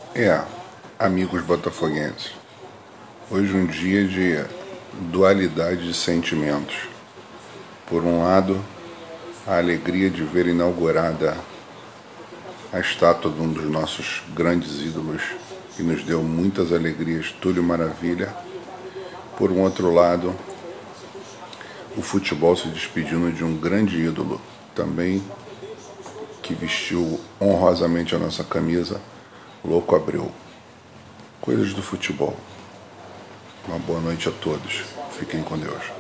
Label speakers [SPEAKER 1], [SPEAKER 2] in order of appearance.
[SPEAKER 1] Amigos botafoguenses, hoje um dia de dualidade de sentimentos. Por um lado, a alegria de ver inaugurada a estátua de um dos nossos grandes ídolos, que nos deu muitas alegrias, Túlio Maravilha. Por um outro lado, o futebol se despedindo de um grande ídolo, também que vestiu honrosamente a nossa camisa, Louco Abreu. Coisas do futebol. Uma boa noite a todos. Fiquem com Deus.